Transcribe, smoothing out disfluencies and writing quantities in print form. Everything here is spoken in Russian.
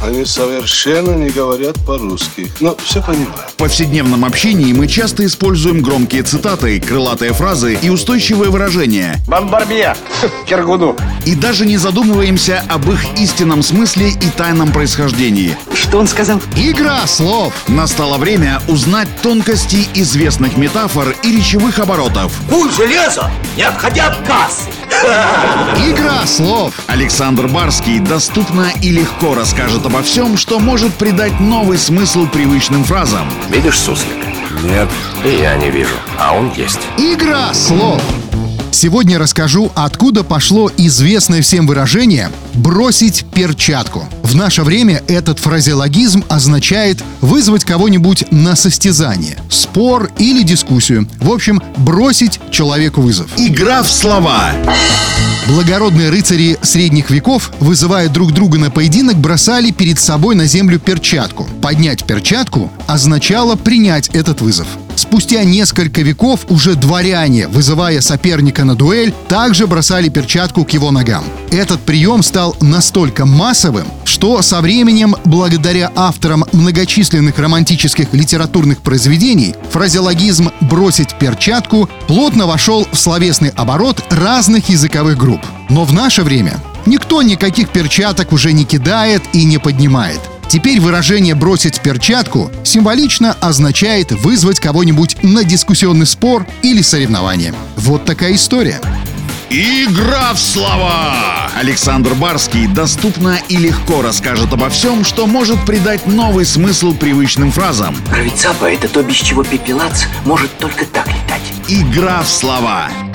Они совершенно не говорят по-русски. Но все понимаю. В повседневном общении мы часто используем громкие цитаты, крылатые фразы и устойчивые выражения. Бомбарбье! Киргуду! И даже не задумываемся об их истинном смысле и тайном происхождении. Что он сказал? Игра слов. Настало время узнать тонкости известных метафор и речевых оборотов. Куль железо, не отходя от кассы. Игра слов. Александр Барский доступно и легко расскажет обо всем, что может придать новый смысл привычным фразам. Видишь суслика? Нет. И я не вижу, а он есть. Игра слов. Сегодня расскажу, откуда пошло известное всем выражение «бросить перчатку». В наше время этот фразеологизм означает вызвать кого-нибудь на состязание, спор или дискуссию. В общем, бросить человеку вызов. Игра в слова. Благородные рыцари средних веков, вызывая друг друга на поединок, бросали перед собой на землю перчатку. Поднять перчатку означало принять этот вызов. Спустя несколько веков уже дворяне, вызывая соперника на дуэль, также бросали перчатку к его ногам. Этот прием стал настолько массовым, что со временем, благодаря авторам многочисленных романтических литературных произведений, фразеологизм «бросить перчатку» плотно вошел в словесный оборот разных языковых групп. Но в наше время никто никаких перчаток уже не кидает и не поднимает. Теперь выражение «бросить перчатку» символично означает вызвать кого-нибудь на дискуссионный спор или соревнование. Вот такая история. Игра в слова. Александр Барский доступно и легко расскажет обо всем, что может придать новый смысл привычным фразам. Правицапа — это то, без чего пепелац может только так летать. Игра в слова.